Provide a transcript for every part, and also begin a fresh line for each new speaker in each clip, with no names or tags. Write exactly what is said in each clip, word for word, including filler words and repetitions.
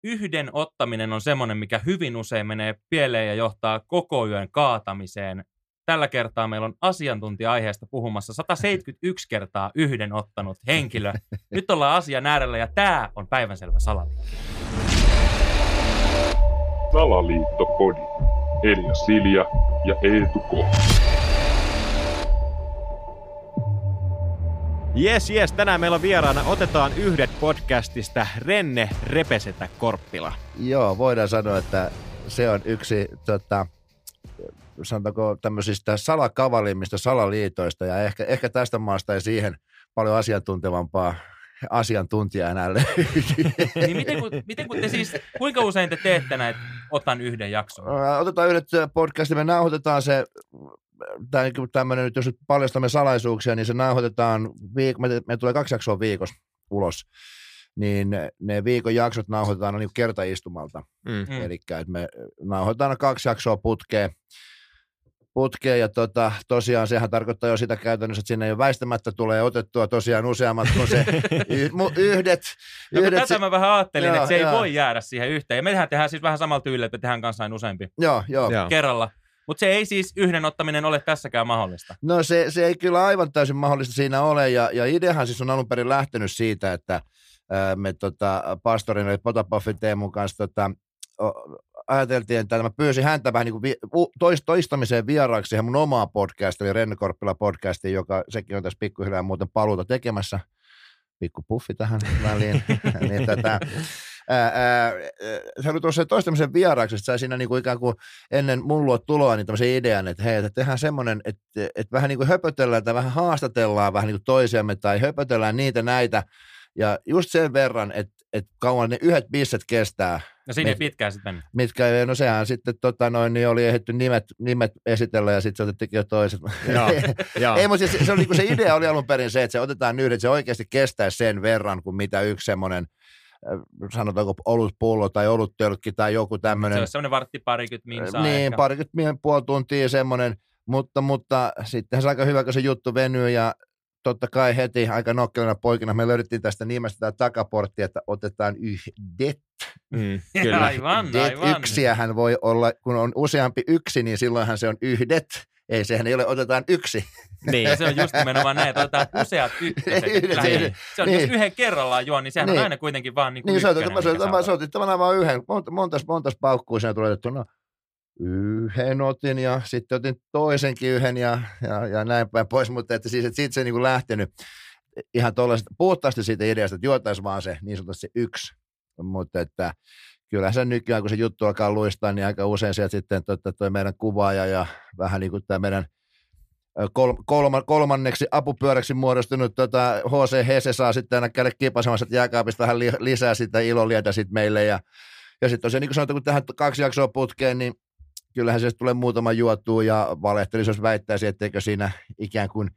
yhden ottaminen on semmoinen, mikä hyvin usein menee pieleen ja johtaa koko yön kaatamiseen. Tällä kertaa meillä on asiantuntija-aiheesta puhumassa sata seitsemänkymmentäyksi kertaa yhden ottanut henkilö. Nyt ollaan asian äärellä ja tämä on päivänselvä salaliitto.
Salaliittopodi. Elia Silja ja Eetu K.
Jes, jes. Tänään meillä on vieraana Otetaan yhdet podcastista Renne Repesetä-Korppila.
Joo, voidaan sanoa, että se on yksi, tota, sanotaanko tämmöisistä salakavalimmista salaliitoista, ja ehkä, ehkä tästä maasta ei siihen paljon asiantuntevampaa asiantuntijaa enää löydy.
Niin miten, kun, miten kun te siis, kuinka usein te teette näitä Otan yhden jakson?
Otetaan yhdet podcastia, me nauhoitetaan se, tämmöinen nyt, jos nyt paljastamme salaisuuksia, niin se nauhoitetaan, viik- me, me tulee kaksi jaksoa viikossa ulos, niin ne viikon jaksot nauhoitetaan niin kertaistumalta. Mm. Eli me nauhoitetaan kaksi jaksoa putkeen, putkeen ja tota, tosiaan sehän tarkoittaa jo sitä käytännössä, että sinne jo väistämättä tulee otettua tosiaan useammat kuin se y- yhdet.
No,
yhdet
tätä
se,
mä vähän ajattelin,
joo,
että se
joo.
ei voi jäädä siihen yhteen. Ja mehän tehdään siis vähän samalla tyylillä, että me tehdään kanssa aina useampi
joo, joo.
Joo.
kerralla. Mutta se ei siis yhden ottaminen ole tässäkään mahdollista.
No se, se ei kyllä aivan täysin mahdollista siinä ole, ja, ja ideahan siis on alun perin lähtenyt siitä, että ää, me tota, pastorin eli Potapoffin Teemun kanssa tota, o, ajateltiin, että mä pyysin häntä vähän niin kuin vi, toist, toistamiseen vieraaksi siihen mun omaa podcast, eli Renne Korppila podcastiin, joka sekin on tässä pikkuhiljaa muuten paluuta tekemässä. Pikku puffi tähän väliin. niin, tätä, Ää, ää, se oli tuossa toistamisen vieraaksi, että sai siinä niinku ikään kuin ennen mun luo tuloa niin tämmöisen idean, että hei, että tehdään semmoinen, että, että vähän niin kuin höpötellään tai vähän haastatellaan vähän niin kuin toisiamme tai höpötellään niitä näitä ja just sen verran, että, että kauan ne yhdet bisset kestää.
No siinä ei pitkään sitten mennyt.
Mitkä, no sehän sitten tota noin, niin oli ehditty nimet, nimet esitellä ja sitten se otettikin jo toiset.
Joo, joo.
Ei, mutta se, se, oli, niin kuin se idea oli alun perin se, että se otetaan yhdet, että se oikeasti kestäisi sen verran kuin mitä yksi semmoinen sanotaanko olutpullo tai oluttölkki tai joku tämmöinen.
Se on semmoinen vartti parikymmentä minsaa.
Niin,
ehkä.
parikymmentä puoli tuntia semmoinen, mutta, mutta sittenhän se aika hyvä, kun se juttu venyy ja totta kai heti aika nokkelina poikina me löydettiin tästä nimestä tämä takaportti, että otetaan yhdet.
Mm, kyllä.
Aivan,
Det
aivan.
yksiähän voi olla, kun on useampi yksi, niin silloinhan se on yhdet. Ei, sehän ei ole otetaan yksi.
Niin.
Se on just nimenomaan näin, että otetaan useat ykköset.
Yhdet,
Lähiin. Se on,
niin.
jos yhden kerrallaan juon, niin sehän
Niin.
on aina kuitenkin vaan niin kuin
Niin,
ykkönen.
soitin, mä soitin, mä soitin tavallaan vaan yhden. Monta, montas, montas paukkua siinä tulee, että no yhden otin ja sitten otin toisenkin yhden ja, ja, ja näin päin pois, mutta että siis, että siitä se ei niin kuin lähtenyt ihan tuollaisesta, puhtaasti siitä ideasta, että juotaisi vaan se niin sanotusti se yksi, mutta että kyllähän se nykyään, kun se juttu alkaa luistaa, niin aika usein sieltä sitten tota, toi meidän kuvaaja ja vähän niin kuin tämä meidän kol, kolma, kolmanneksi apupyöräksi muodostunut tota, H C Hese saa sitten aina käydä kipasemassa, että jääkaapista vähän li, lisää sitä ilolietä sitten meille ja, ja sitten tosiaan niin kuin sanotaan, kun tähän kaksi jaksoa putkeen, niin kyllähän se tulee muutama juotua ja valehtelisi, jos väittäisi, etteikö siinä ikään kuin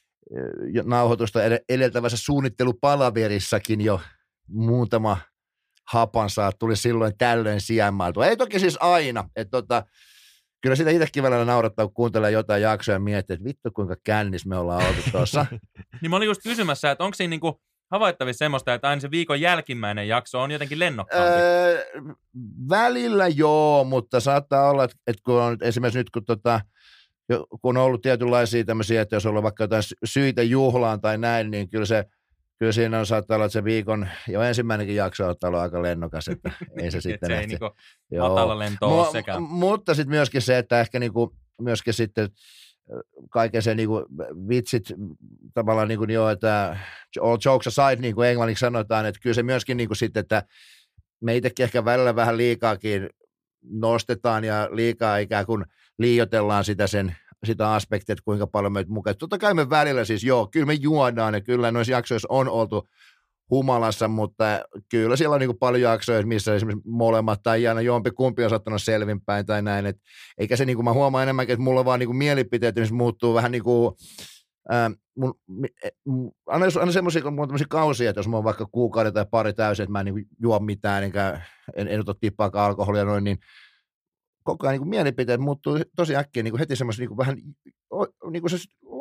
nauhoitusta edeltävässä suunnittelupalaverissakin jo muutama hapansa tuli silloin tällöin sijainmailtua. Ei toki siis aina. Että tota, kyllä sitä itsekin välillä naurattaa, kun kuuntelee jotain jaksoja ja miettii, että vittu kuinka kännis me ollaan oltu tuossa.
Niin mä olin just kysymässä, että onko siinä niinku havaittavissa semmoista, että aina se viikon jälkimmäinen jakso on jotenkin lennokkaampi?
Öö, välillä joo, mutta saattaa olla, että, että kun on esimerkiksi nyt kun tota, kun on ollut tietynlaisia tämmöisiä, että jos on ollut vaikka jotain syitä juhlaan tai näin, niin kyllä se Kyllä siinä on saattaa olla, että se viikon jo ensimmäinenkin jakso on ollut aika lennokas, että ei se sitten
se ei
ehti.
niinku matala lento ole sekään.
M- mutta sitten myöskin se, että ehkä niinku, myöskin sitten kaiken se niinku vitsit tavallaan niinku joo, että all jokes aside, niin kuin englanniksi sanotaan, että kyllä se myöskin niinku sitten, että me itsekin ehkä välillä vähän liikaakin nostetaan ja liikaa ikään kuin liioitellaan sitä sen sitä aspektia, että kuinka paljon meitä mukaan. Totta kai me välillä siis, joo, kyllä me juodaan ja kyllä noissa jaksoissa on oltu humalassa, mutta kyllä siellä on niin kuin paljon jaksoja, missä esimerkiksi molemmat tai aina jompi kumpi on saattanut selvinpäin tai näin. Et eikä se, niin kuin mä huomaan enemmänkin, että mulla vaan niin kuin mielipiteet niin muuttuu vähän niin kuin, ää, mun, aina, aina semmoisia, kun mulla on tämmöisiä kausia, että jos mulla on vaikka kuukauden tai pari täysin, että mä en niin kuin juo mitään, enkä en, en ota tippaakaan alkoholia noin, niin koko ajan niin kuin mielipiteet muuttuu tosi äkkiä niin kuin heti semmoisen niin kuin vähän niin kuin se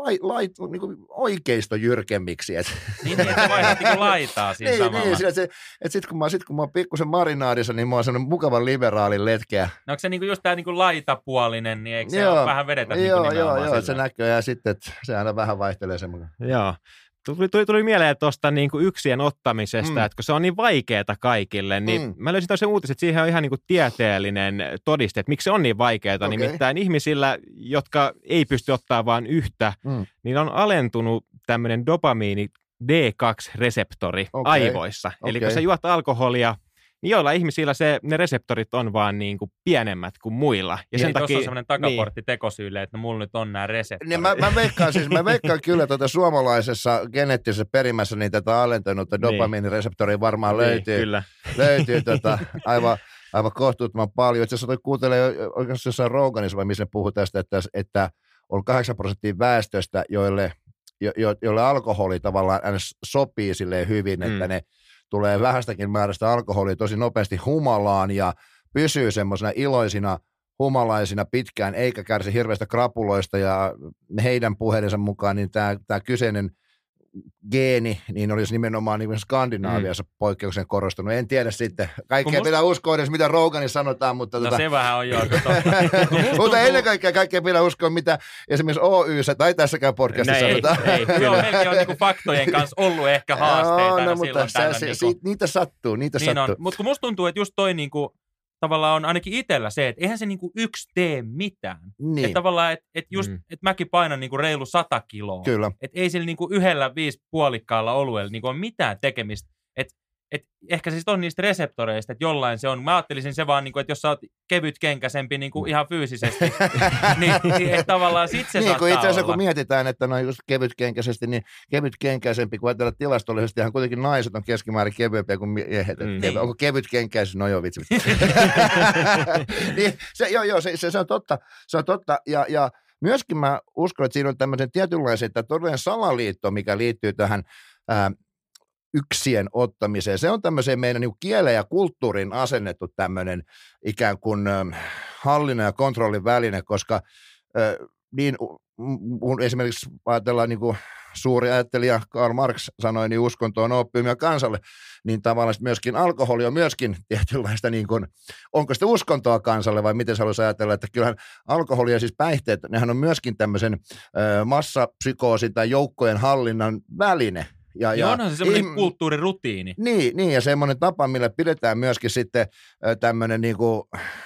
lai, lai, niin kuin oikeistojyrkemmiksi. Et.
Niin, niin, että sä vaihdat niin laitaa siinä
niin,
samalla.
Niin, että, että sitten kun, sit, kun mä oon pikkusen marinaadissa, niin mä oon sellainen mukavan liberaalin letkeä.
No onko se niinku just tää niinku laitapuolinen, niin eikö se
joo,
ole vähän vedetä
joo,
niinku
joo,
joo,
joo, se näkyy ja sitten, että se aina vähän vaihtelee semmoinen.
Joo. Tuli, tuli, tuli mieleen tuosta niinku yksien ottamisesta, mm. että kun se on niin vaikeaa kaikille, niin mm. mä löysin toisen uutisen, että siihen on ihan niinku tieteellinen todiste, että miksi se on niin vaikeaa. Okay. Nimittäin ihmisillä, jotka ei pysty ottaa vain yhtä, mm. niin on alentunut tämmöinen dopamiini D kaksi reseptori okay. aivoissa. Okay. Eli kun sä juot alkoholia, niin joilla ihmisillä se, ne reseptorit on vaan niin kuin pienemmät kuin muilla. Ja sen
niin,
takia,
tuossa on semmoinen takaportti
niin.
tekosyille, että no mulla nyt on nämä reseptorit.
Niin mä, mä, veikkaan, siis, mä veikkaan kyllä tuota suomalaisessa geneettisessä perimässä niin tätä alentunutta dopamiinireseptoria varmaan niin, löytyy. Kyllä. Löytyy tota, aivan, aivan kohtuuttoman paljon. Itse asiassa kuuntelee oikeastaan jossain Roganissa, vai missä ne puhuu tästä, että, että on kahdeksan prosenttia väestöstä, joille, jo, jo, joille alkoholi tavallaan sopii silleen hyvin, mm. että ne tulee vähästäkin määrästä alkoholia tosi nopeasti humalaan ja pysyy semmoisena iloisina humalaisina pitkään, eikä kärsi hirveästä krapuloista, ja heidän puheidensa mukaan niin tämä, tämä kyseinen geeni niin olisi nimenomaan niin Skandinaaviassa mm. poikkeuksellisen korostunut. En tiedä sitten. Kaikkea musta... pitää uskoa edes, mitä Roganissa sanotaan, mutta...
No
tota...
se vähän on jo.
Mutta ennen kaikkea kaikkea pitää uskoa, mitä esimerkiksi Oy:ssä tai tässäkään podcastissa
no,
sanotaan.
Ei, ei,
joo, meilläkin on niinku faktojen kanssa ollut ehkä haasteita.
No, no, mutta sä, se, niinku... siitä, niitä sattuu, niitä
niin
sattuu.
Mutta kun musta tuntuu, että just toi niinku... tavallaan on ainakin itsellä se, että eihän se niinku yksi tee mitään.
Niin.
Että tavallaan, että et just, mm. että mäkin painan niinku reilu sata kiloa.
Kyllä.
Että ei sillä niinku yhdellä viisi puolikkaalla olueella niinku ole mitään tekemistä. Että et ehkä se sit on niistä reseptoreista, että jollain se on. Mä ajattelisin se vaan, niinku, että jos sä oot kevytkenkäisempi niinku ihan fyysisesti, niin, niin että tavallaan sit se
niin,
saattaa
kun itse asiassa
olla.
kun mietitään, että no just kevytkenkäisesti, niin kevytkenkäisempi, kun ajatellaan tilastollisesti, ihan kuitenkin naiset on keskimäärin kevyempiä kuin miehet. Mm. Kev- onko kevytkenkäisyys? No joo, vitsi. niin, se, joo, joo, se, se, se on totta. Se on totta. Ja, ja myöskin mä uskon, että siinä on tämmöisen tietynlaisen, että todellinen salaliitto, mikä liittyy tähän ää, yksien ottamiseen. Se on tämmöiseen meidän niin kieleen ja kulttuuriin asennettu tämmöinen ikään kuin äh, hallinnan ja kontrollin väline, koska äh, niin kun esimerkiksi ajatellaan niin kuin suuri ajattelija Karl Marx sanoi, niin uskonto on oppiumia kansalle, niin tavallaan myöskin alkoholi on myöskin tietynlaista, niin kuin, onko sitä uskontoa kansalle vai miten sä haluaisi ajatella, että kyllähän alkoholi ja siis päihteet, nehän on myöskin tämmöisen äh, massapsykoosin tai joukkojen hallinnan väline. Ja,
ja onhan se semmoinen
im...
kulttuurirutiini.
Niin, niin, ja semmoinen tapa, millä pidetään myöskin sitten tämmöinen, niin kuin,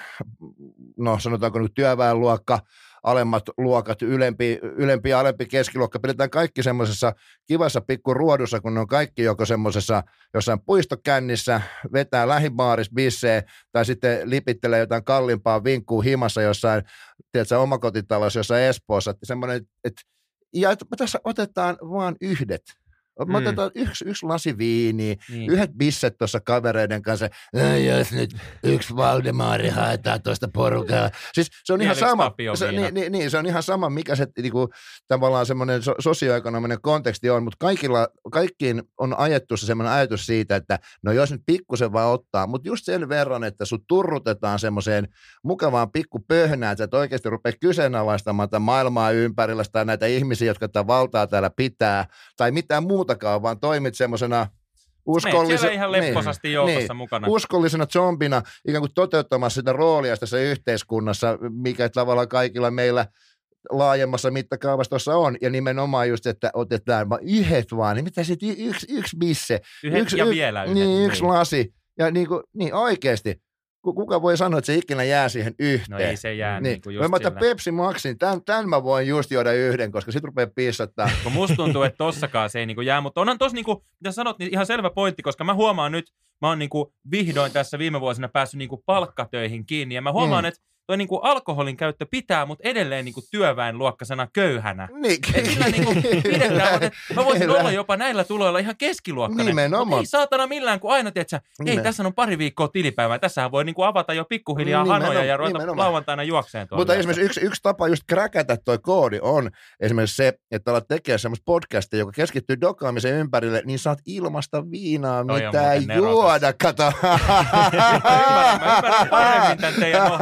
no sanotaanko nyt työväenluokka, alemmat luokat, ylempi, ylempi ja alempi keskiluokka, pidetään kaikki semmoisessa kivassa pikkuruodussa, kun ne on kaikki joko semmoisessa jossain puistokännissä, vetää lähibaarissa bissee, tai sitten lipittelee jotain kalliimpaa vinkkuu himassa jossain, tiedätkö, omakotitalossa jossain Espoossa, että semmoinen, että ja että tässä otetaan vaan yhdet. Me mm. otetaan yksi, yksi lasi viiniä, niin. Yhdet bisset tuossa kavereiden kanssa, jos nyt yksi Valdemari haetaan tuosta porukkaa. Siis se on niin ihan sama, se, niin, niin, niin, se on ihan sama, mikä se niinku, tavallaan semmoinen so, sosioekonominen konteksti on, mutta kaikilla, kaikkiin on ajettu se semmoinen ajatus siitä, että no jos nyt pikkusen vaan ottaa, mutta just sen verran, että sut turrutetaan semmoiseen mukavaan pikkupöhnään, että et oikeasti rupeaa kyseenalaistamaan tätä maailmaa ympärillä tai näitä ihmisiä, jotka tätä valtaa täällä pitää, tai mitään muuta vaan toimit semmoisena uskollisena,
ihan lepposasti niin, joukossa niin, mukana.
Uskollisena zombina ikään kuin toteuttamassa sitä roolia tässä yhteiskunnassa, mikä tavallaan kaikilla meillä laajemmassa mittakaavassa tuossa on, ja nimenomaan just, että otetaan yhdet vaan, niin mitä sitten yksi, yksi bisse,
yhdet
yksi,
ja
yksi,
vielä yhdet,
niin, yksi niin. lasi, ja niin, kuin, niin oikeasti, kuka voi sanoa, että se ikinä jää siihen yhteen?
No ei se jää niin, niin kuin just
mä otan Pepsi Maxin, tämän, tämän mä voin just juoda yhden, koska sit rupeaa piissattaa.
Kun musta tuntuu, että tossakaan se ei niin kuin jää, mutta onhan tossa, niin kuin, mitä sanot, niin ihan selvä pointti, koska mä huomaan nyt, mä oon niin kuin vihdoin tässä viime vuosina päässyt niin kuin palkkatöihin kiinni, ja mä huomaan, mm. että toi niinku alkoholin käyttö pitää, mutta edelleen niinku työväenluokkasena köyhänä.
Niin.
Et sillä niinku pidetään, että mä voisin Kyllä. olla jopa näillä tuloilla ihan keskiluokkainen.
Nimenomaan.
Ei saatana millään, kun aina, tiedätkö, ei tässä on pari viikkoa tilipäivää. Tässähän voi niinku avata jo pikkuhiljaa Nimenomaan. hanoja ja ruveta Nimenomaan. lauantaina juokseen tuolla.
Mutta esimerkiksi yksi, yksi tapa just kräkätä toi koodi on esimerkiksi se, että alat tekemään semmoista podcastia, joka keskittyy dokaamisen ympärille, niin saat ilmasta viinaa, toi mitä juoda, kato.
Mä ymmärrän paremmin tämän teidän ohjelman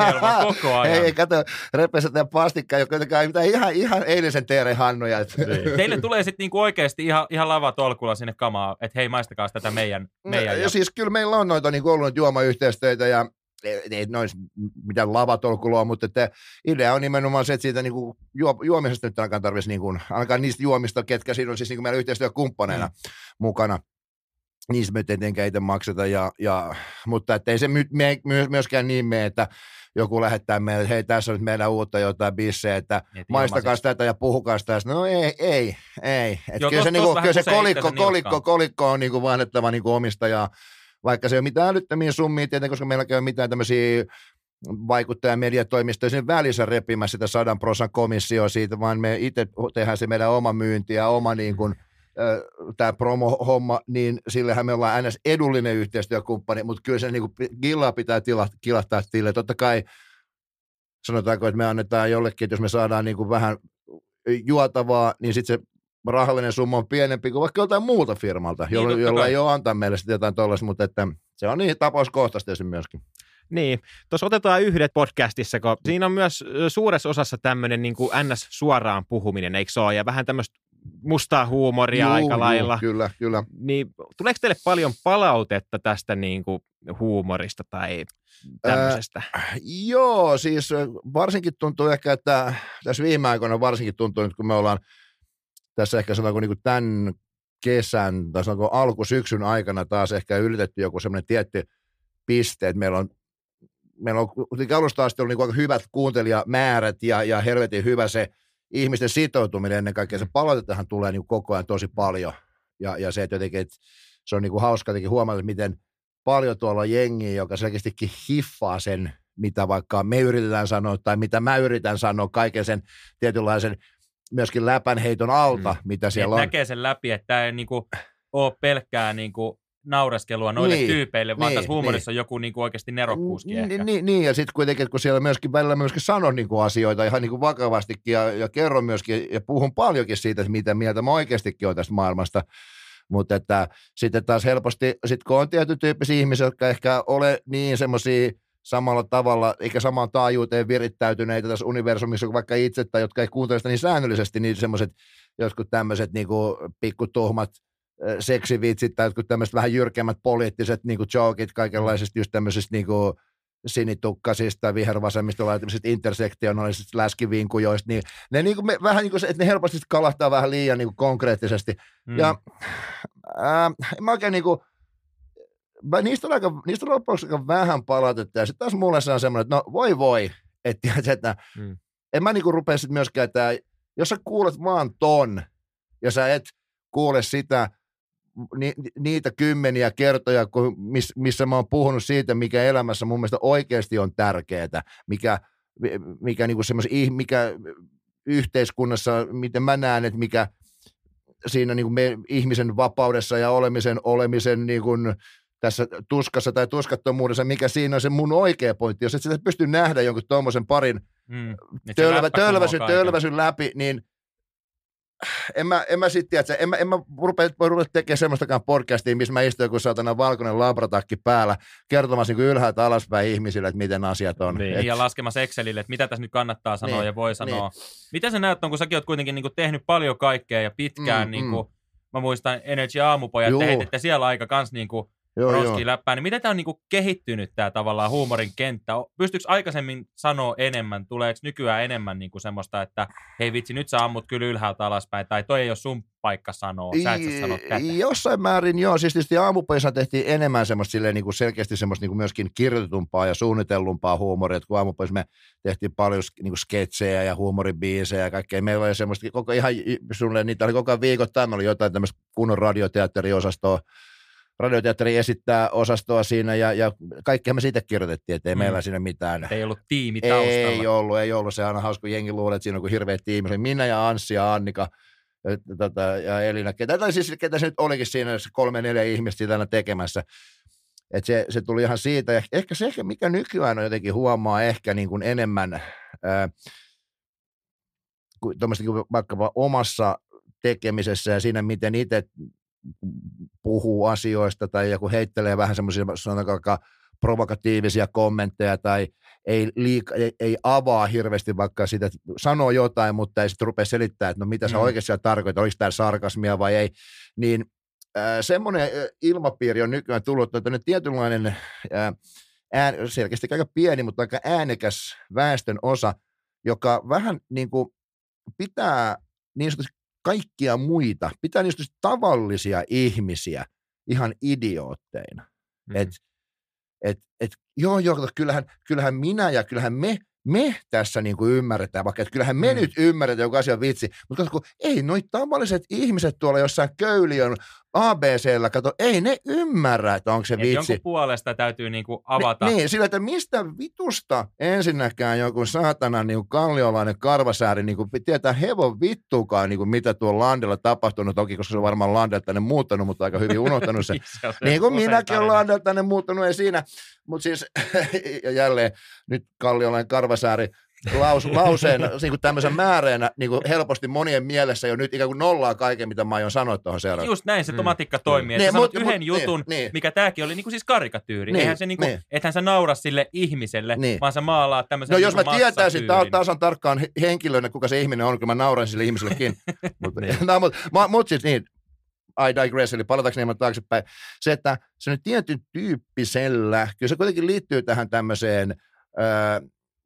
koko ajan.
Ei, ei kato, repesä tämän pastikkaa, joka ei mitään ihan, ihan eilisen Teeren Hannoja.
Teille tulee sitten niinku oikeasti ihan, ihan lavatolkulla sinne kamaa, että hei, maistakaa tätä meidän. meidän
no,
ja...
Siis kyllä meillä on noita niin ollut juomayhteistöitä ja ei noin mitään lavatolkuloa, mutta että idea on nimenomaan se, että siitä niin kuin juo, juomisesta nyt ainakaan tarvitsisi, niin kuin, ainakaan niistä juomista, ketkä siinä on siis niin kuin meillä yhteistyökumppaneina mm. mukana. Niistä me tietenkään itse makseta, ja, ja, mutta että ei se my, me, myöskään niin mene, että joku lähettää meille, että hei, tässä on nyt meidän uutta jotain bissejä, että maistakaa tätä ja puhukaa sitä. No ei, ei, ei.
Joo,
kyllä
tos,
se, niinku, kyllä se kolikko,
se
kolikko, kolikko on niinku vannettava niinku omistajaa, vaikka se ei ole mitään älyttömiä summia, tietenkin, koska meilläkin ei ole mitään tämmöisiä vaikuttaja- ja mediatoimistoja siinä välissä repimässä sitä sadan prosan komissioa siitä, vaan me itse tehdään se meidän oma myynti ja oma niin kuin, tämä promo-homma, niin sillehän me ollaan ns. Edullinen yhteistyökumppani, mutta kyllä se niin kuin gillaa pitää tila, kilahtaa sille. Totta kai sanotaanko, että me annetaan jollekin, että jos me saadaan niin kuin vähän juotavaa, niin sitten se rahallinen summa on pienempi kuin vaikka joltain muuta firmalta, niin, jolla, jolla ei ole antaa meille sitten jotain tollaista, mutta että se on niin tapauskohtaisesti myöskin.
Niin, tuossa otetaan yhdet podcastissa, kun siinä on myös suuressa osassa tämmöinen niin kuin N S-suoraan puhuminen, eikö se ole, ja vähän tämmöistä mustaa huumoria juu, aika lailla.
Juu, kyllä, kyllä.
Niin, tuleeko teille paljon palautetta tästä niin kuin huumorista tai tämmöisestä?
Äh, joo, siis varsinkin tuntuu ehkä, että tässä viime aikoina varsinkin tuntuu nyt, kun me ollaan tässä ehkä sanotaanko niin kuin tämän kesän tai sanotaanko alkusyksyn aikana taas ehkä ylitetty joku semmoinen tietty piste, että meillä on meillä on alusta asti ollut niin aika hyvät kuuntelijamäärät ja, ja helvetin hyvä se ihmisten sitoutuminen ennen kaikkea. Se palautetahan tulee niin koko ajan tosi paljon. Ja, ja se, että jotenkin, että se on niin kuin hauska jotenkin huomata, miten paljon tuolla on jengiä, joka selkeästikin hiffaa sen, mitä vaikka me yritetään sanoa tai mitä mä yritän sanoa, kaiken sen tietynlaisen myöskin läpänheiton alta, mm. mitä siellä
et
on.
Näkee sen läpi, että tämä ei niin kuin ole pelkkää niin kuin naureskelua noille niin, tyypeille, vaan niin, tässä huumorissa niin. On joku niin kuin oikeasti nerokkuuskin
N-
ehkä.
Niin, niin, ja sitten kuitenkin, kun siellä myöskin välillä myöskin sanon niin kuin asioita ihan niin kuin vakavastikin ja, ja kerron myöskin ja puhun paljonkin siitä, että mitä mieltä mä oikeastikin olen tästä maailmasta, mutta että sitten taas helposti, sit kun on tietyn tyyppisiä ihmisiä, jotka ehkä ole niin semmoisia samalla tavalla, eikä samaan taajuuteen virittäytyneitä tässä universumissa kuin vaikka itse, tai jotka ei kuuntele sitä niin säännöllisesti, niin semmoiset jotkut tämmöiset niin kuin pikkutuhmat seksivitsit tai jotkut tämmöiset vähän jyrkemmät poliittiset niin kuin jokit kaikenlaisista just tämmöisistä niin kuin sinitukkasista, vihervasemmistolaisista, intersektionaalisista läskivinkujoista, niin ne niin kuin me, vähän niin kuin se, että ne helposti kalahtaa vähän liian niin kuin konkreettisesti. Mm. Ja ää, mä oikein niin kuin, mä, niistä on aika, niistä on lopuksi aika vähän palautetta, ja sitten taas mulle se on semmoinen, että no voi voi, että, että mm. en mä niin kuin rupea sitten myöskään, että jos sä kuulet vaan ton, ja sä et kuule sitä, Ni, niitä kymmeniä kertoja, miss, missä mä oon puhunut siitä, mikä elämässä mun mielestä oikeasti on tärkeää, mikä, mikä, niinku mikä yhteiskunnassa, miten mä näen, että mikä siinä niinku me, ihmisen vapaudessa ja olemisen, olemisen niinku tässä tuskassa tai tuskattomuudessa, mikä siinä on se mun oikea pointti. Jos et sitä pysty nähdä jonkun tuommoisen parin mm, tölvä, tölväsyn, tölväsyn läpi, niin En mä, en mä sitten tiedä, en mä, en mä rupea, rupea tekemään semmoistakaan podcastia, missä mä istun joku saatana valkoinen labratakki päällä, kertomassa niin ylhäältä alaspäin ihmisille, että miten asiat on.
Niin,
et...
ja laskemassa Excelille, että mitä tässä nyt kannattaa sanoa niin, ja voi sanoa.
Niin.
Miten sä näet on, kun säkin oot kuitenkin niin kuin tehnyt paljon kaikkea ja pitkään, mm, niin kuin, mm. mä muistan Energy Aamupojat, te heititte siellä aika kans niin kuin roskiin läppään, niin miten tämä on niin kuin kehittynyt tämä tavallaan huumorin kenttä? Pystyykö aikaisemmin sanoa enemmän? Tuleeko nykyään enemmän niin kuin semmoista, että hei vitsi, nyt sä ammut kyllä ylhäältä alaspäin, tai toi ei ole sun paikka sanoa, sä et sä sano tätä?
Jossain määrin joo, siis tietysti Aamupojissa tehtiin enemmän semmoista silleen, niin kuin selkeästi semmoista niin kuin myöskin kirjoitetumpaa ja suunnitellumpaa huumoria, että kun Aamupojissa me tehtiin paljon niin kuin sketsejä ja huumoribiisejä ja kaikkea, meillä oli semmoista koko ihan suunnilleen, niitä oli koko ajan viikoittain, oli jotain tämmöistä kunnon radioteatteriosastoa, radioteatteri esittää osastoa siinä ja, ja kaikkea me siitä kirjoitettiin, että ei mm. meillä siinä mitään.
Ei ollut tiimi taustalla.
Ei ollut, ei ollut. Se on aina hauska, kun jengi luulee, että siinä on kuin hirveä tiimi. Minä ja Anssi ja Annika ja, tota, ja Elina. Ketä, siis, ketä se nyt olikin siinä, kolme neljä ihmistä siitä aina tekemässä. Et se, se tuli ihan siitä. Ja ehkä se, mikä nykyään on jotenkin huomaa ehkä niin kuin enemmän ää, kuin, kuin vaikkapa omassa tekemisessä ja siinä, miten itse puhuu asioista tai joku heittelee vähän semmoisia, sanotaan provokatiivisia kommentteja tai ei, liika, ei, ei avaa hirveästi vaikka sitä, että sanoo jotain, mutta ei sitten rupea selittämään, että no mitä sä mm. oikeasti tarkoitat, oliko tämä sarkasmia vai ei, niin äh, semmoinen ilmapiiri on nykyään tullut, että nyt tietynlainen äh, ään, selkeästi aika pieni, mutta aika äänekäs väestön osa, joka vähän niin kuin pitää niin sanotusti kaikkia muita, pitää niin sanotusti tavallisia ihmisiä ihan idiootteina. Mm. Että et, et, joo, joo, kyllähän, kyllähän minä ja kyllähän me, me tässä niin kuin ymmärretään, vaikka että kyllähän me mm. nyt ymmärretään joku asia vitsi, mutta kato, kun ei noi tavalliset ihmiset tuolla jossain Köyliön A B C:llä, kato, ei ne ymmärrä, että onko se et vitsi.
Jonkun puolesta täytyy niinku avata.
Ni, niin, sillä, että mistä vitusta ensinnäkään joku saatana niin kuin kalliolainen karvasääri niin kuin tietää hevon vittuukaan, niin kuin mitä tuolla Landella tapahtunut, toki koska se on varmaan Landella tänne muuttanut, mutta aika hyvin unohtanut se. se niin kuin minäkin olen Landella tänne muuttanut, ei siinä. Mutta siis, ja jälleen nyt kalliolainen karvasääri, Laus, lauseen niin kuin tämmöisen määreenä niin kuin helposti monien mielessä jo nyt ikään kuin nollaa kaiken, mitä mä aion sanoa tuohon seuraavaksi.
Just näin se tomatikka mm. toimii, että niin, sanot mut, yhden mut, jutun, niin, mikä tämäkin oli niin kuin siis karikatyyri. Niin, eihän se niin kuin, niin. Ethän sä naura sille ihmiselle, niin. vaan sä maalaat tämmöisen
no, jos
niin
mä tietäisin tasan tarkkaan henkilönä, kuka se ihminen on, kun mä nauran sille ihmisellekin. Mutta niin. no, mut, mut siis niin, I digress, eli palataanko hieman taaksepäin. Se, että se nyt tietyn tyyppisellä, kyllä se kuitenkin liittyy tähän tämmöiseen Öö,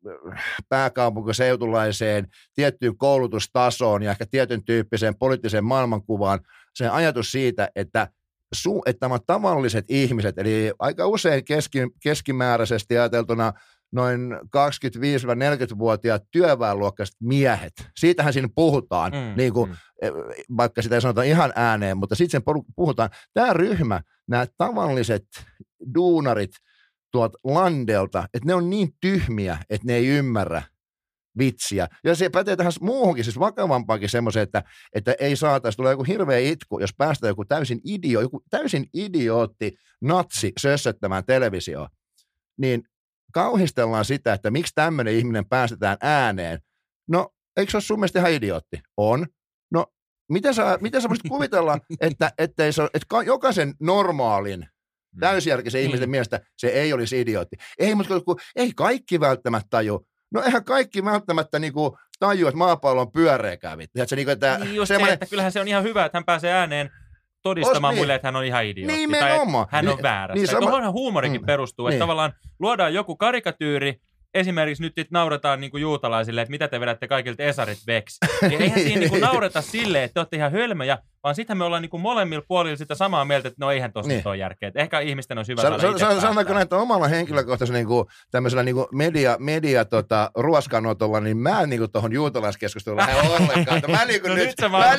pääkaupunkiseutulaiseen tiettyyn koulutustasoon ja ehkä tietyn tyyppiseen poliittiseen maailmankuvaan se ajatus siitä, että, su, että nämä tavalliset ihmiset, eli aika usein keski, keskimääräisesti ajateltuna noin kaksikymmentäviisi-neljäkymmentävuotiaat työväenluokkaiset miehet, siitähän siinä puhutaan, mm, niin kuin, mm. vaikka sitä ei sanota ihan ääneen, mutta sitten sen puhutaan. Tämä ryhmä, nämä tavalliset duunarit, tuolta Landelta, että ne on niin tyhmiä, että ne ei ymmärrä vitsiä. Ja se pätee tähän muuhunkin, siis vakavampaankin semmoiseen, että, että ei saataisi, tulee joku hirveä itku, jos päästään joku täysin, idio, joku täysin idiootti natsi sössöttämään televisioon, niin kauhistellaan sitä, että miksi tämmöinen ihminen päästetään ääneen. No, eikö se ole sun mielestä ihan idiootti? On. No, miten sä, miten sä voisit kuvitella, että, että, se, että jokaisen normaalin täysjärkisen mm. ihmisten mielestä se ei olisi idiootti. Ei, mutta kun, ei kaikki välttämättä taju. No eihän kaikki välttämättä niinku taju, että maapallo on pyöreäkään. Tiedätkö, niinku, että
niin just semmoinen... se, että kyllähän se on ihan hyvä, että hän pääsee ääneen todistamaan muille, niin. että hän on ihan idiootti.
Niin,
tai hän
niin,
on väärässä.
Niin, sama...
Tuohonhan huumorikin mm. perustuu, että niin. tavallaan luodaan joku karikatyyri, esimerkiksi nyt naurataan niinku juutalaisille, että mitä te vedätte kaikilta esarit veksi. Ja eihän siinä niinku naureta silleen, että te olette ihan hölmöjä, vaan sittenhän me ollaan niinku molemmilla puolilla sitä samaa mieltä, että no eihän tosta niin. ole järkeä. Että ehkä ihmisten on hyvä saada itse päästään.
Sanotaanko näin, että omalla henkilökohtaisella niinku, tämmöisellä niinku media, media tota, ruoskanotolla, niin mä en niinku tuohon juutalaiskeskusteluun lähde ollenkaan. Mä niinku
no
nyt...
nyt sä vaan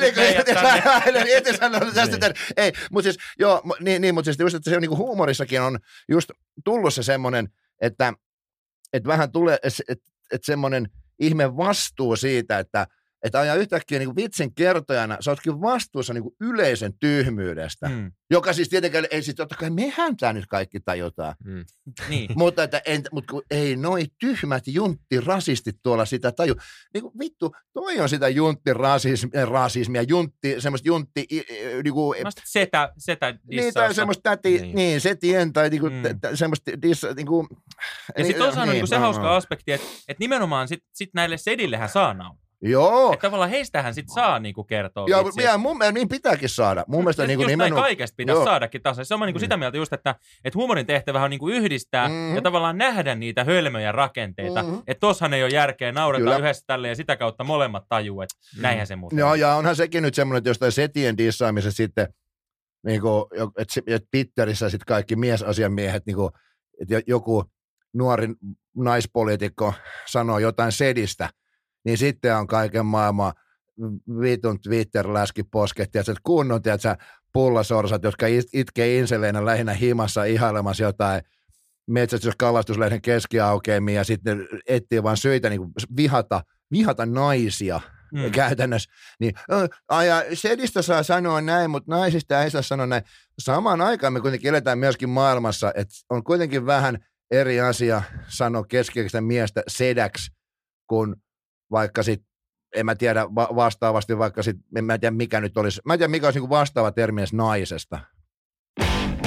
et sanonut tästä. Ei, mutta siis, joo, niin, niin mutta siis just, että se on niinku huumorissakin on just tullut se semmoinen, että että vähän tulee, että et, et semmoinen ihme vastuu siitä, että et ajaa yhtäkkiä niin kuin vitsin kertojana, sä ootkin vastuussa niin kuin yleisen tyhmyydestä, mm. joka siis tietenkään, ei siis totta kai mehän tämä nyt kaikki tajutaan. Mm.
niin.
Mutta, että, en, mutta kun ei noi tyhmät junttirasistit tuolla sitä taju. Niin kuin vittu, toi on sitä junttirasismia, rasismia, juntti, semmoista juntti... Niin kuin,
setä, setä
dissausta. Niin, tai semmoista täti, niin, niin setien, tai niin kuin, mm. t- semmoista dissa, niin kuin...
Ja niin, sitten toisaalta niin, niin se no, hauska no. aspekti, että, että nimenomaan sit, sit näille sedillehän saa nauraa.
Joo.
Että tavallaan heistähän sit saa niinku kertoa.
Joo, ja mun mielestä niin pitääkin saada. Mun mielestä niinku
nimenomaan kaikesta pitäisi joo. saadakin taas. Se on niinku mm. sitä mieltä just, että, että huumorin tehtävä on niinku yhdistää mm. ja tavallaan nähdä niitä hölmöjä rakenteita. Mm. Että tossahan ei ole järkeä, nauretaan Kyllä. yhdessä tälle ja sitä kautta molemmat tajuu, että mm. näinhän se muuten.
Joo, ja onhan sekin nyt semmoinen, että jostain setien dissaamisessa sitten, niinku, että Twitterissä sitten kaikki miesasiamiehet, niinku, että joku nuori naispoliitikko sanoo jotain sedistä, niin sitten on kaiken maailman vitun Twitter-läskiposket, että kunnon, tiedätkö, pullasorsat, jotka itkee inseleinä lähinnä himassa ihailemassa jotain metsästys- ja kalastuslehden keskiaukeamia ja sitten etsii vaan syitä niin vihata, vihata naisia mm. käytännössä. Niin, ja sedistä saa sanoa näin, mutta naisista ei saa sanoa näin. Samaan aikaan me kuitenkin eletään myöskin maailmassa, että on kuitenkin vähän eri asia sanoa keski-ikäistä miestä sedäksi, kun vaikka sitten, en mä tiedä va- vastaavasti, vaikka sitten, en mä tiedä mikä nyt olisi, mä en tiedä mikä olisi niin vastaava termi edes naisesta.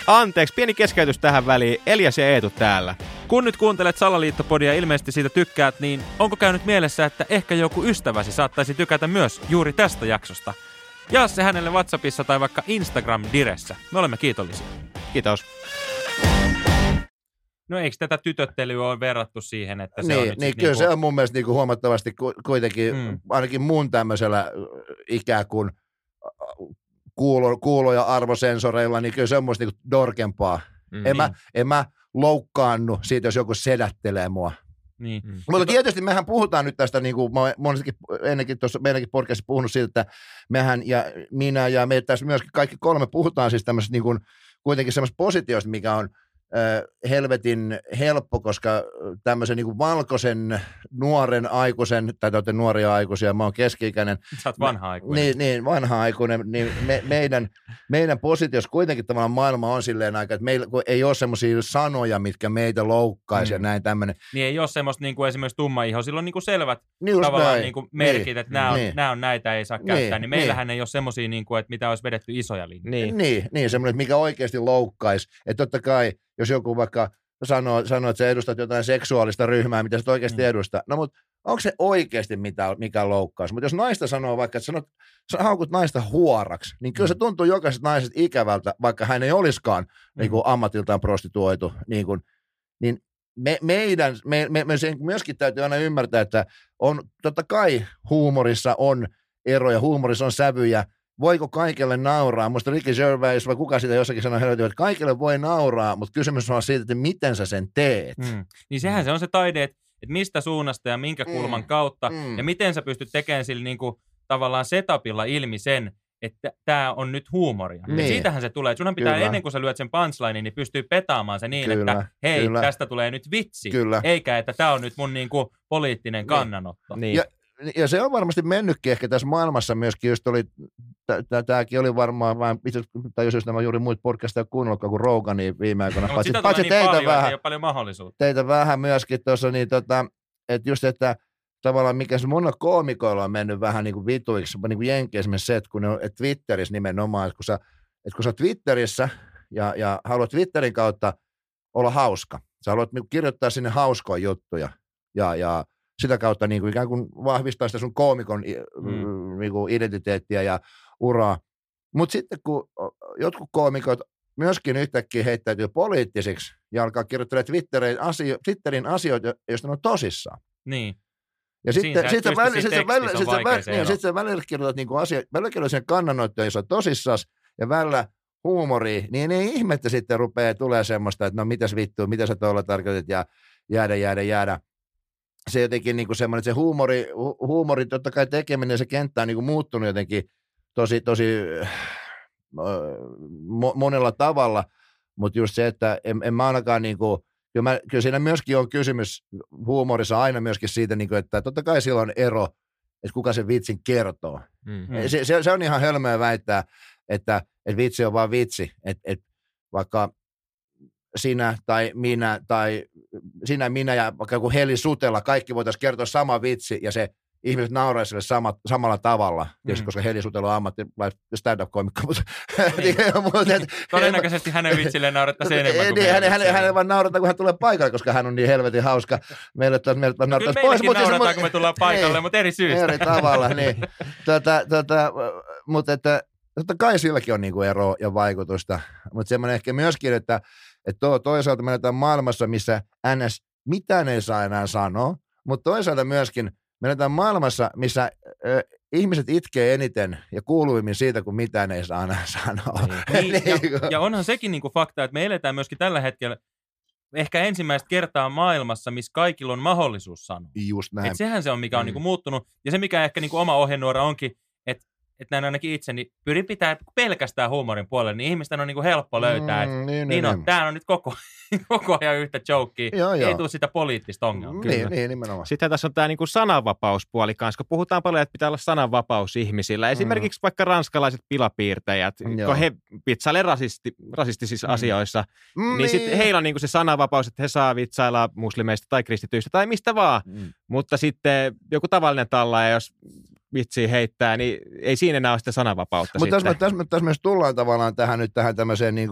Anteeksi, pieni keskeytys tähän väliin. Elias ja Eetu täällä.
Kun nyt kuuntelet Salaliittopodia ja ilmeisesti siitä tykkäät, niin onko käynyt mielessä, että ehkä joku ystäväsi saattaisi tykätä myös juuri tästä jaksosta? Jaa se hänelle WhatsAppissa tai vaikka Instagram-diressä. Me olemme kiitollisia.
Kiitos.
No eikö tätä tytöttelyä ole verrattu siihen, että se
niin,
on nyt
niin,
sit
kyllä
niinku...
se on mun mielestä niinku huomattavasti kuitenkin, mm. ainakin mun tämmöisellä ikään kuin kuulo, kuulo- ja arvosensoreilla, niin kyllä se on musta niinku dorkempaa. Mm, en, niin. mä, en mä loukkaannu siitä, jos joku sedättelee mua.
Niin.
Mm. Mutta tietysti mehän puhutaan nyt tästä, niin kuin mä oon ennenkin tuossa meidänkin podcastissa puhunut siitä, että mehän ja minä ja me tässä myöskin kaikki kolme puhutaan siis tämmöisestä niin kuin, kuitenkin semmoista positiosta, mikä on äh, helvetin helppo, koska tämmöisen niin kuin valkoisen nuoren aikuisen, tai te olette nuoria aikuisia, mä oon keski-ikäinen.
Sä oot vanha aikuinen.
Niin, niin vanha aikuinen, niin me, meidän, meidän positiossa kuitenkin tavallaan maailma on silleen aika, että meillä ei ole semmoisia sanoja, mitkä meitä loukkaisi mm. ja näin tämmöinen.
Niin ei ole semmoista niin kuin esimerkiksi tumma iho, sillä on niin kuin selvät
niin
tavallaan niin kuin merkit, niin. että nämä on,
niin.
nämä on näitä, ei saa käyttää, niin, niin meillähän
niin.
ei ole semmoisia, niin kuin, että mitä olisi vedetty isoja linjoja.
Niin, niin, niin semmoinen, että mikä oikeasti loukkaisi. Että totta kai, jos joku vaikka sanoo, sanoo että sä edustat jotain seksuaalista ryhmää, mitä sä oikeasti mm. edustaa, no mutta onko se oikeasti mitä, mikä loukkaus? Mutta jos naista sanoo vaikka, että sanot, sä haukut naista huoraksi, niin kyllä se tuntuu jokaisesta naisesta ikävältä, vaikka hän ei olisikaan mm. niin kuin ammatiltaan prostituoitu. Niin, kuin, niin me, meidän, me, me, me myöskin täytyy aina ymmärtää, että on, totta kai huumorissa on eroja, huumorissa on sävyjä. Voiko kaikille nauraa? Musta Ricky Gervais vai kuka sitä jossakin sanoi, että kaikille voi nauraa, mutta kysymys on siitä, että miten sä sen teet.
Mm. Niin sehän mm. se on se taide, että että mistä suunnasta ja minkä kulman mm. kautta, mm. ja miten sä pystyt tekemään sillä niin kuin, tavallaan setupilla ilmi sen, että tämä on nyt huumoria. Niin. Ja siitähän se tulee. Sunhan pitää kyllä. ennen kuin sä lyöt sen punchline, niin pystyy petaamaan se niin, kyllä. että hei, kyllä. tästä tulee nyt vitsi, kyllä. eikä että tämä on nyt mun niin kuin, poliittinen niin. kannanotto.
Niin. Ja, ja se on varmasti mennytkin ehkä tässä maailmassa myöskin, just oli, tämäkin oli varmaan vähän, tai jos nämä juuri muut podcasteja kuunnellutkaan kuin Rogania viime aikoina.
No,
paitsi,
sitä
paitsi
niin
teitä
paljon,
vähän,
ei ole paljon mahdollisuutta.
Teitä vähän myöskin tuossa, niin tota, että just, että tavallaan mikä se monilla koomikoilla on mennyt vähän niin kuin vituiksi, niin kuin Jenkki esimerkiksi se, että kun ne on että Twitterissä nimenomaan, että kun sä, että kun sä Twitterissä ja, ja haluat Twitterin kautta olla hauska, sä haluat niin kuin kirjoittaa sinne hauskoja juttuja ja, ja sitä kautta niin kuin ikään kuin vahvistaa sitä sun koomikon mm. niin kuin identiteettiä ja uraa. Mutta sitten kun jotkut koomikot myöskin yhtäkkiä heittäytyy poliittisiksi ja alkaa kirjoittaa Twitterin, asio, Twitterin asioita, joista ne on tosissaan.
Niin.
Ja sitten sit sä välillä sit välillä sit sä niin, sit välillä kirjoitat niinku asia, välillä kirjoitat sen kannanottoon, jos on tosissaan ja välillä huumoria, niin ei ihmettä sitten rupeaa tulee semmoista, että no mitäs vittua, mitä sä tuolla tarkoitat ja jäädä, jäädä, jäädä. Se jotenkin niinku semmoinen, että se huumori, hu, huumori totta kai tekeminen ja se kenttä on niinku muuttunut jotenkin tosi, tosi mo, monella tavalla, mutta just se, että en, en mä ainakaan niinku, kyllä, mä, kyllä siinä myöskin on kysymys huumorissa aina myöskin siitä, niinku, että totta kai sillä on ero, että kuka sen vitsin kertoo. Mm-hmm. Se, se, se on ihan hölmöä väittää, että, että vitsi on vaan vitsi, että, että vaikka sinä tai minä tai sinä, minä ja vaikka joku Heli Sutella, kaikki voitaisiin kertoa sama vitsi ja se ihmiset nauraisi sille sama, samalla tavalla, mm. koska Heli Sutella on ammatti stand-up-komikko. Mutta, niin.
Todennäköisesti hänen vitsilleen naurettaisiin enemmän kuin
niin, hänen, hänen, hänen vaan naurataan, kun hän tulee paikalle, koska hän on niin helvetin hauska. Meille taas, meille taas
no, kyllä meillekin pois, naurataan, kun me tullaan paikalle, niin, mutta eri syystä.
Eri tavalla, niin. Tota, tota, mutta että, totta kai silläkin on niinku eroa ja vaikutusta, mutta semmoinen ehkä myöskin, että että toisaalta me eletään maailmassa, missä ns. Mitään ei saa enää sanoa, mutta toisaalta myöskin me eletään maailmassa, missä ö, ihmiset itkee eniten ja kuuluvimmin siitä, kun mitään ei saa enää sanoa.
Niin, niin, ja, ja onhan sekin niinku fakta, että me eletään myöskin tällä hetkellä ehkä ensimmäistä kertaa maailmassa, missä kaikilla on mahdollisuus sanoa.
Just näin.
Et sehän se on, mikä on mm. niinku muuttunut. Ja se, mikä ehkä niinku oma ohjenuora onkin, että että näin ainakin itse, niin pyrin pitää pelkästään huumorin puolelle, niin ihmisten on niin kuin helppo löytää, että mm, niin, niin, niin tämä on nyt koko, koko ajan yhtä jokea, joo, ei joo. tule sitä poliittista ongelmaa.
Niin, niin, nimenomaan.
Sitten tässä on tämä niin kuin sananvapauspuoli kanssa, kun puhutaan paljon, että pitää olla sananvapaus ihmisillä. Esimerkiksi mm. vaikka ranskalaiset pilapiirtäjät, joo. kun he vitsailevat rasisti, rasistisissa mm. asioissa, mm, niin, niin. sitten heillä on niin kuin se sananvapaus, että he saa vitsailla muslimeista tai kristityistä tai mistä vaan. Mm. Mutta sitten joku tavallinen tallaaja, jos vitsiä heittää, niin ei siinä enää ole sitä sananvapautta.
Mutta tässä, tässä, tässä myös tullaan tavallaan tähän nyt tähän tämmöiseen niin kuin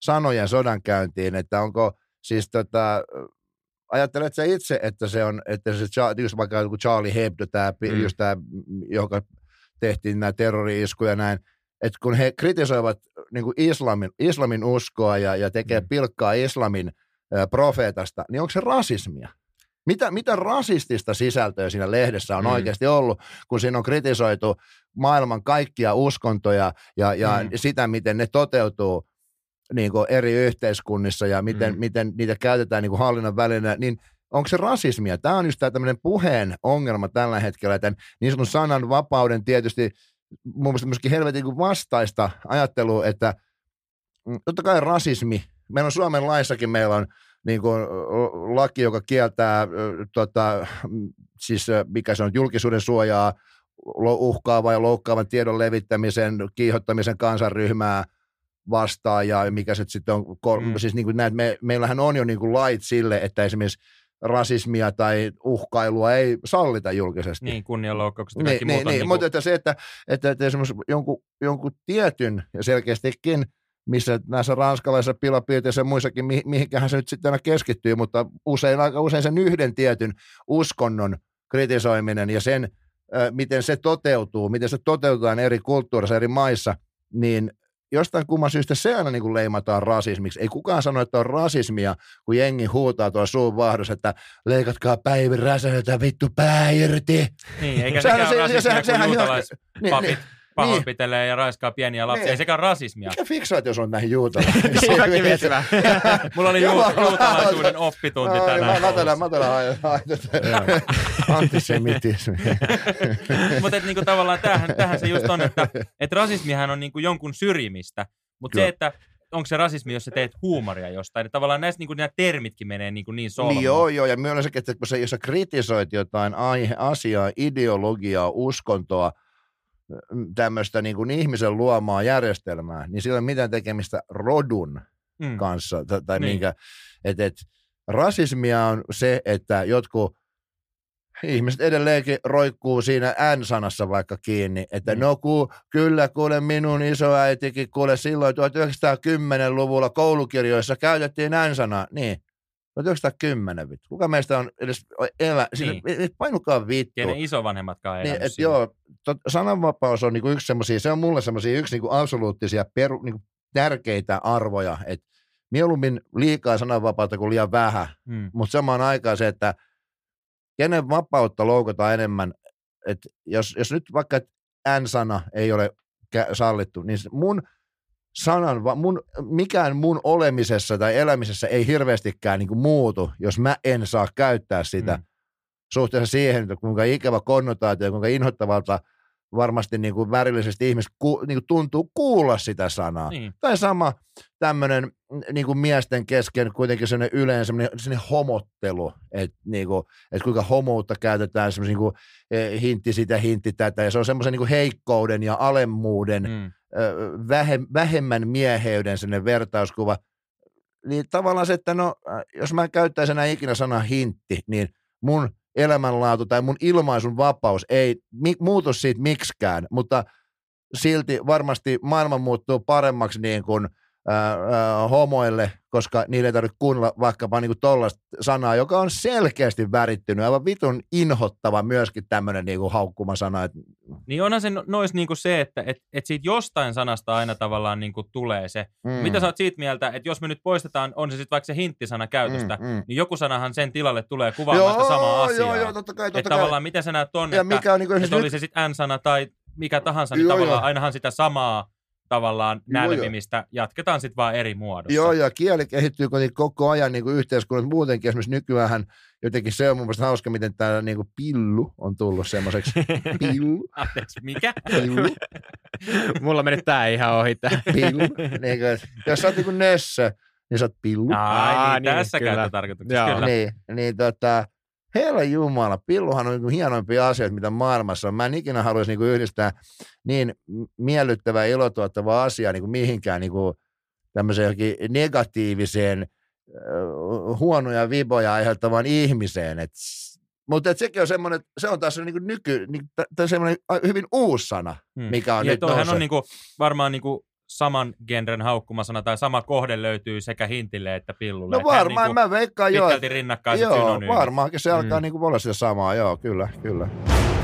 sanojen sodankäyntiin, että onko siis tota, ajattelet sä itse, että se on, että se just vaikka joku Charlie Hebdo, tää, mm. just tämä, joka tehtiin nämä terrori-iskuja näin, että kun he kritisoivat niin kuin islamin, islamin uskoa ja, ja tekee mm. pilkkaa islamin ä, profeetasta, niin onko se rasismia? Mitä, mitä rasistista sisältöä siinä lehdessä on mm. oikeasti ollut, kun siinä on kritisoitu maailman kaikkia uskontoja ja, ja mm. sitä, miten ne toteutuu niin kuin eri yhteiskunnissa ja miten, mm. miten niitä käytetään niin kuin hallinnon välineenä, niin onko se rasismia? Tämä on just tämä tämmöinen puheen ongelma tällä hetkellä, tämän niin sanotun sananvapauden tietysti mun mielestä myöskin helvetin niin vastaista ajattelua, että totta kai rasismi, meillä on Suomen laissakin, meillä on niin kuin laki, joka kieltää, tota, siis mikä se on, julkisuuden suojaa, uhkaavan ja loukkaavan tiedon levittämisen, kiihottamisen kansanryhmää vastaan, ja mikä se sitten on, mm. siis niin kuin näet, me, meillähän on jo niin kuin lait sille, että esimerkiksi rasismia tai uhkailua ei sallita julkisesti.
Niin, kunnianloukkaukset ja kaikki
niin,
muuta.
Niin,
niin,
mutta että se, että, että, että esimerkiksi jonkun, jonkun tietyn, ja selkeästikin, missä näissä ranskalaisissa pilapiirteissä ja muissakin, mi, mihinkähän se nyt sitten aina keskittyy, mutta usein, aika usein sen yhden tietyn uskonnon kritisoiminen ja sen, äh, miten se toteutuu, miten se toteutetaan eri kulttuurissa, eri maissa, niin jostain kumman syystä se aina niin kuin leimataan rasismiksi. Ei kukaan sano, että on rasismia, kun jengi huutaa tuolla suun vahdossa, että leikatkaa Päivi Räsäneltä vittu pää irti.
Niin, eikä sekään ole rasismia, sehän, sehän, kun juutalaispapit niin, pahoinpitelee niin. ja raiskaa pieniä lapsia. Niin. Ei sekään rasismia.
Mikä fiksaatio on näihin juutalaisiin?
Mulla oli juutalaisuuden oppitunti
no,
tänään.
Matala, matala antisemitismi.
Mutta niinku tavallaan tämähän, tämähän se just on, että et rasismihan on niinku jonkun syrjimistä. Mutta se, että onko se rasismi, jos sä teet huumoria jostain. Että tavallaan näistä niinku, nämä termitkin menee niinku niin solmuun.
Niin joo, joo. Ja myönnän sekin, että kun sä, jos sä kritisoit jotain aihe, asiaa, ideologiaa, uskontoa, tämmöistä niin kuin ihmisen luomaa järjestelmää, niin sillä ei ole mitään tekemistä rodun mm. kanssa. Tai, tai niin. minkä, et, et, rasismia on se, että jotkut ihmiset edelleenkin roikkuu siinä N-sanassa vaikka kiinni, että mm. no ku, kyllä kuule minun isoäitikin, kuule silloin tuhatyhdeksänsataakymmenen-luvulla koulukirjoissa käytettiin N-sanaa, niin tuhatyhdeksänsataakymmenen vittu. Kuka meistä on edes elä, niin. Siinä, painukaa vittu.
Kenen isovanhemmatkaan ei
niin, et joo, tot, sananvapaus on niinku yksi semmosia, se on mulle semmosia yksi niinku absoluuttisia peru, niinku tärkeitä arvoja, että mieluummin liikaa sananvapautta kuin liian vähän, hmm. mutta samaan aikaan se, että kenen vapautta loukataan enemmän, että jos, jos nyt vaikka N-sana ei ole sallittu, niin mun sanan, mun, mikään mun olemisessa tai elämisessä ei hirveästikään niin kuin muutu, jos mä en saa käyttää sitä mm. suhteessa siihen, että kuinka ikävä konnotaatio ja kuinka inhottavalta varmasti niin kuin värillisesti ihmiset ku, niin kuin tuntuu kuulla sitä sanaa. Niin. Tai sama tämmöinen niin kuin miesten kesken kuitenkin sellainen yleensä sellainen, sellainen homottelu, että, niin kuin, että kuinka homoutta käytetään semmoisen niin kuin, eh, hintti sitä, hintti tätä, ja se on semmoisen niin kuin heikkouden ja alemmuuden, mm. vähemmän mieheyden sellainen vertauskuva, niin tavallaan se, että no, jos mä käyttäisin enää ikinä sanaa hintti, niin mun elämänlaatu tai mun ilmaisun vapaus ei mi- muutu siitä miksikään, mutta silti varmasti maailma muuttuu paremmaksi niin kuin ää, ää, homoille, koska niille ei tarvitse kuunnella vaikkapa niin tollaista sanaa, joka on selkeästi värittynyt, aivan vitun inhottava myöskin tämmöinen niin kuin haukkuma sana. Että...
Niin onhan se nois niin kuin se, että et, et siitä jostain sanasta aina tavallaan niin kuin tulee se. Mm. Mitä sä oot siitä mieltä, että jos me nyt poistetaan, on se sitten vaikka se hinttisana käytöstä, mm, mm. niin joku sanahan sen tilalle tulee kuvaamaan sitä samaa asiaa. Joo, joo, totta kai, totta että kai. Tavallaan miten sä näet ton, ja että, mikä on niin kuin, että oli nyt... se sitten N-sana tai mikä tahansa, niin joo, tavallaan joo. ainahan sitä samaa tavallaan nälvimistä joo, jatketaan sitten vaan eri muodossa.
Joo, ja kieli kehittyy koko ajan niin kuin yhteiskunnassa muutenkin. Esimerkiksi nykyäänhän jotenkin se on mun mielestä hauska, miten tämä niin kuin pillu on tullut semmoiseksi. Pillu.
Anteeksi, mikä?
Pillu.
Mulla meni tää ihan ohi. Tää.
Pillu. Niin kuin, jos sä oot niin kuin nössö, niin sä oot pillu.
Ai, Aa, niin, niin, tässä käyttötarkoituksessa, kyllä.
Niin, niin tota... Herra Jumala, pilluhan on niin kuin hienoimpia asioita, mitä maailmassa on. Mä en ikinä haluaisi niin kuin yhdistää niin miellyttävää, ilotuottavaa asiaa niin kuin mihinkään niin kuin tämmöiseen negatiiviseen, äh, huonoja viboja aiheuttavaan ihmiseen. Et, mutta et sekin on semmoinen, se on taas niin kuin nyky, niin, semmoinen hyvin uusi sana, hmm. mikä on
ja
nyt
noussut. On niin kuin, varmaan niin kuin saman genren haukkumasana tai sama kohde löytyy sekä hintille että pillulle.
No varmaan,
niin
mä veikkaan jo.
Pitkälti rinnakkaiset
joo,
synonyymit.
varmaankin se alkaa
Mm.
niin kuin olla sitä samaa, joo, kyllä, kyllä.